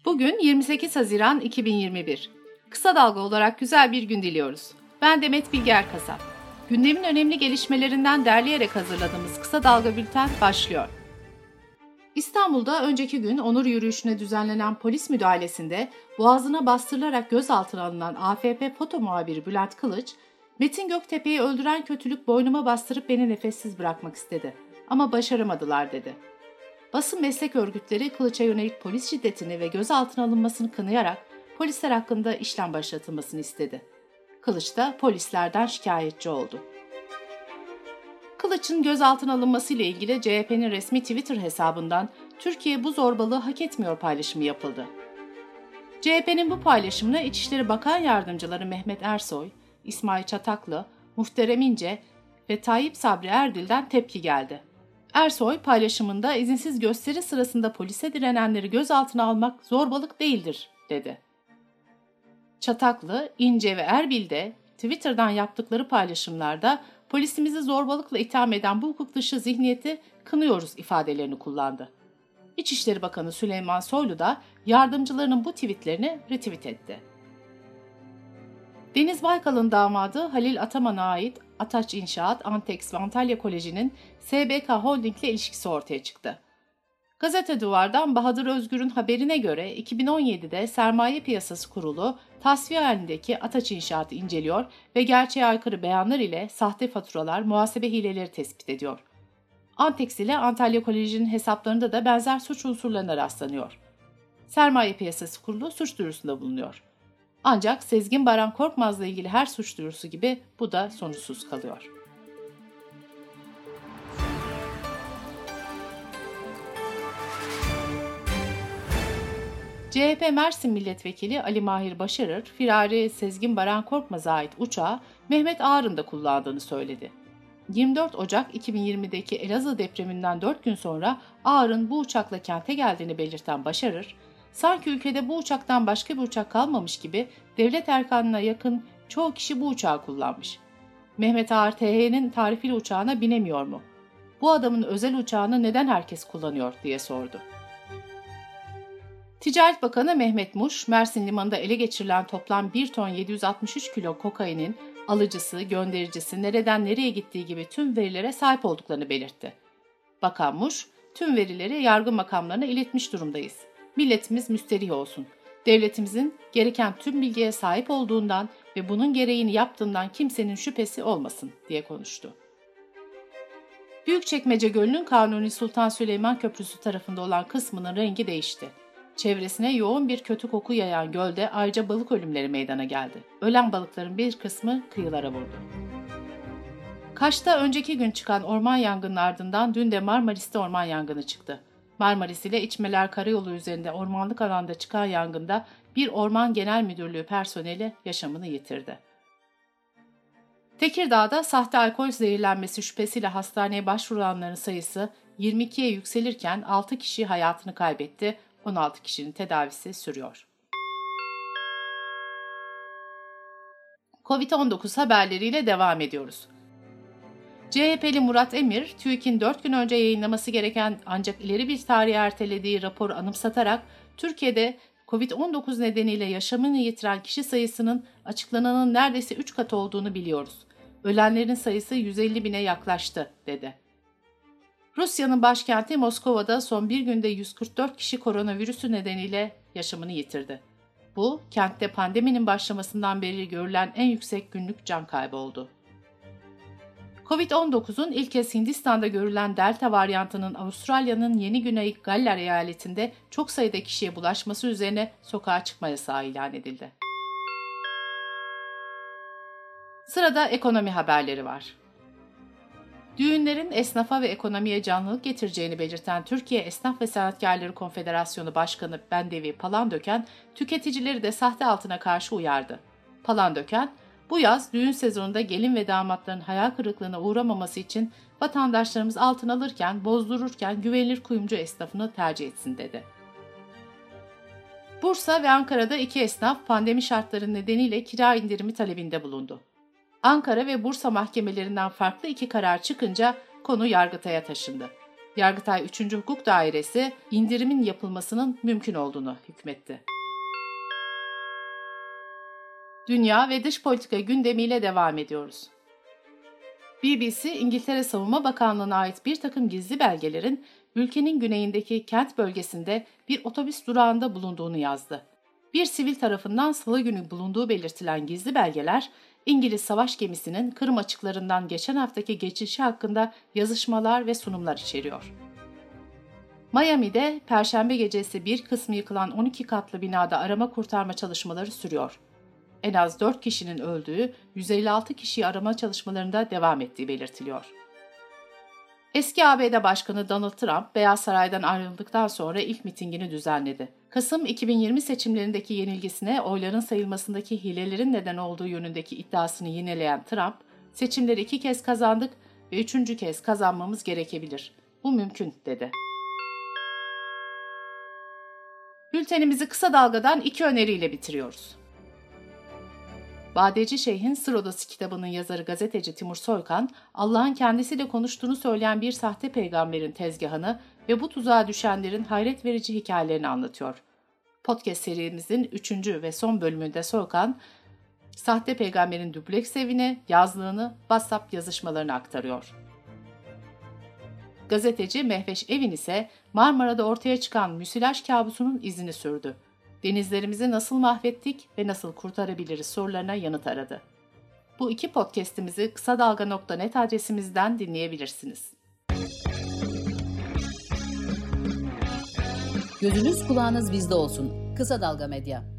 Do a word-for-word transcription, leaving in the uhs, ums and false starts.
Bugün yirmi sekiz Haziran iki bin yirmi bir. Kısa Dalga olarak güzel bir gün diliyoruz. Ben Demet Bilge Erkasap. Gündemin önemli gelişmelerinden derleyerek hazırladığımız Kısa Dalga Bülten başlıyor. İstanbul'da önceki gün onur yürüyüşüne düzenlenen polis müdahalesinde boğazına bastırılarak gözaltına alınan A F P foto muhabiri Bülent Kılıç, Metin Göktepe'yi öldüren kötülük boynuma bastırıp beni nefessiz bırakmak istedi ama başaramadılar dedi. Basın meslek örgütleri Kılıç'a yönelik polis şiddetini ve gözaltına alınmasını kınayarak polisler hakkında işlem başlatılmasını istedi. Kılıç da polislerden şikayetçi oldu. Kılıç'ın gözaltına alınmasıyla ilgili C H P'nin resmi Twitter hesabından "Türkiye bu zorbalığı hak etmiyor" paylaşımı yapıldı. C H P'nin bu paylaşımına İçişleri Bakan Yardımcıları Mehmet Ersoy, İsmail Çataklı, Muhterem İnce ve Tayyip Sabri Erdil'den tepki geldi. Ersoy paylaşımında izinsiz gösteri sırasında polise direnenleri gözaltına almak zorbalık değildir, dedi. Çataklı, İnce ve Erbil de Twitter'dan yaptıkları paylaşımlarda polisimizi zorbalıkla itham eden bu hukuk dışı zihniyeti kınıyoruz ifadelerini kullandı. İçişleri Bakanı Süleyman Soylu da yardımcılarının bu tweetlerini retweet etti. Deniz Baykal'ın damadı Halil Ataman'a ait Ataç İnşaat, Antex ve Antalya Koleji'nin S B K Holding ile ilişkisi ortaya çıktı. Gazete Duvar'dan Bahadır Özgür'ün haberine göre iki bin on yedide Sermaye Piyasası Kurulu tasfiye halindeki Ataç İnşaat'ı inceliyor ve gerçeğe aykırı beyanlar ile sahte faturalar, muhasebe hileleri tespit ediyor. Antex ile Antalya Koleji'nin hesaplarında da benzer suç unsurlarına rastlanıyor. Sermaye Piyasası Kurulu suç duyurusunda bulunuyor. Ancak Sezgin Baran Korkmaz'la ilgili her suç duyurusu gibi bu da sonuçsuz kalıyor. C H P Mersin Milletvekili Ali Mahir Başarır, firari Sezgin Baran Korkmaz'a ait uçağı Mehmet Ağar'ın da kullandığını söyledi. yirmi dört Ocak iki bin yirmideki Elazığ depreminden dört gün sonra Ağar'ın bu uçakla kente geldiğini belirten Başarır, sanki ülkede bu uçaktan başka bir uçak kalmamış gibi devlet erkanına yakın çoğu kişi bu uçağı kullanmış. Mehmet Ağar T H'nin tarifeli uçağına binemiyor mu? Bu adamın özel uçağını neden herkes kullanıyor diye sordu. Ticaret Bakanı Mehmet Muş, Mersin Limanı'nda ele geçirilen toplam bir ton yedi yüz altmış üç kilo kokainin alıcısı, göndericisi, nereden nereye gittiği gibi tüm verilere sahip olduklarını belirtti. Bakan Muş, tüm verileri yargı makamlarına iletmiş durumdayız. Milletimiz müsterih olsun. Devletimizin gereken tüm bilgiye sahip olduğundan ve bunun gereğini yaptığından kimsenin şüphesi olmasın diye konuştu. Büyükçekmece Gölü'nün Kanuni Sultan Süleyman Köprüsü tarafında olan kısmının rengi değişti. Çevresine yoğun bir kötü koku yayan gölde ayrıca balık ölümleri meydana geldi. Ölen balıkların bir kısmı kıyılara vurdu. Kaş'ta önceki gün çıkan orman yangının ardından dün de Marmaris'te orman yangını çıktı. Marmaris ile İçmeler Karayolu üzerinde ormanlık alanda çıkan yangında bir Orman Genel Müdürlüğü personeli yaşamını yitirdi. Tekirdağ'da sahte alkol zehirlenmesi şüphesiyle hastaneye başvuranların sayısı yirmi ikiye yükselirken altı kişi hayatını kaybetti, on altı kişinin tedavisi sürüyor. kovid on dokuz haberleriyle devam ediyoruz. C H P'li Murat Emir, TÜİK'in dört gün önce yayınlaması gereken ancak ileri bir tarihe ertelediği raporu anımsatarak Türkiye'de kovid on dokuz nedeniyle yaşamını yitiren kişi sayısının açıklananın neredeyse üç katı olduğunu biliyoruz. Ölenlerin sayısı yüz elli bine yaklaştı, dedi. Rusya'nın başkenti Moskova'da son bir günde yüz kırk dört kişi koronavirüsü nedeniyle yaşamını yitirdi. Bu, kentte pandeminin başlamasından beri görülen en yüksek günlük can kaybı oldu. kovid on dokuzun ilk kez Hindistan'da görülen Delta varyantının Avustralya'nın Yeni Güney Galler eyaletinde çok sayıda kişiye bulaşması üzerine sokağa çıkma yasağı ilan edildi. Sırada ekonomi haberleri var. Düğünlerin esnafa ve ekonomiye canlılık getireceğini belirten Türkiye Esnaf ve Sanatkarları Konfederasyonu Başkanı Bendevi Palandöken, tüketicileri de sahte altına karşı uyardı. Palandöken, bu yaz düğün sezonunda gelin ve damatların hayal kırıklığına uğramaması için vatandaşlarımız altın alırken, bozdururken güvenilir kuyumcu esnafını tercih etsin, dedi. Bursa ve Ankara'da iki esnaf pandemi şartları nedeniyle kira indirimi talebinde bulundu. Ankara ve Bursa mahkemelerinden farklı iki karar çıkınca konu Yargıtay'a taşındı. Yargıtay üçüncü Hukuk Dairesi indirimin yapılmasının mümkün olduğunu hükmetti. Dünya ve dış politika gündemiyle devam ediyoruz. B B C, İngiltere Savunma Bakanlığı'na ait bir takım gizli belgelerin ülkenin güneyindeki Kent bölgesinde bir otobüs durağında bulunduğunu yazdı. Bir sivil tarafından salı günü bulunduğu belirtilen gizli belgeler, İngiliz savaş gemisinin Kırım açıklarından geçen haftaki geçişi hakkında yazışmalar ve sunumlar içeriyor. Miami'de Perşembe gecesi bir kısmı yıkılan on iki katlı binada arama kurtarma çalışmaları sürüyor. En az dört kişinin öldüğü, yüz elli altı kişiyi arama çalışmalarında devam ettiği belirtiliyor. Eski A B D Başkanı Donald Trump, Beyaz Saray'dan ayrıldıktan sonra ilk mitingini düzenledi. Kasım iki bin yirmi seçimlerindeki yenilgisine oyların sayılmasındaki hilelerin neden olduğu yönündeki iddiasını yineleyen Trump, "Seçimleri iki kez kazandık ve üçüncü kez kazanmamız gerekebilir. Bu mümkün," dedi. Bültenimizi kısa dalgadan iki öneriyle bitiriyoruz. Badeci Şeyh'in Sır Odası kitabının yazarı gazeteci Timur Soykan, Allah'ın kendisiyle konuştuğunu söyleyen bir sahte peygamberin tezgahını ve bu tuzağa düşenlerin hayret verici hikayelerini anlatıyor. Podcast serimizin üçüncü ve son bölümünde Soykan, sahte peygamberin dubleks evini, yazlığını, WhatsApp yazışmalarını aktarıyor. Gazeteci Mehveş Evin ise Marmara'da ortaya çıkan müsilaj kabusunun izini sürdü. Denizlerimizi nasıl mahvettik ve nasıl kurtarabiliriz sorularına yanıt aradı. Bu iki podcast'imizi kısadalga nokta net adresimizden dinleyebilirsiniz. Gözünüz kulağınız bizde olsun. Kısa Dalga Medya.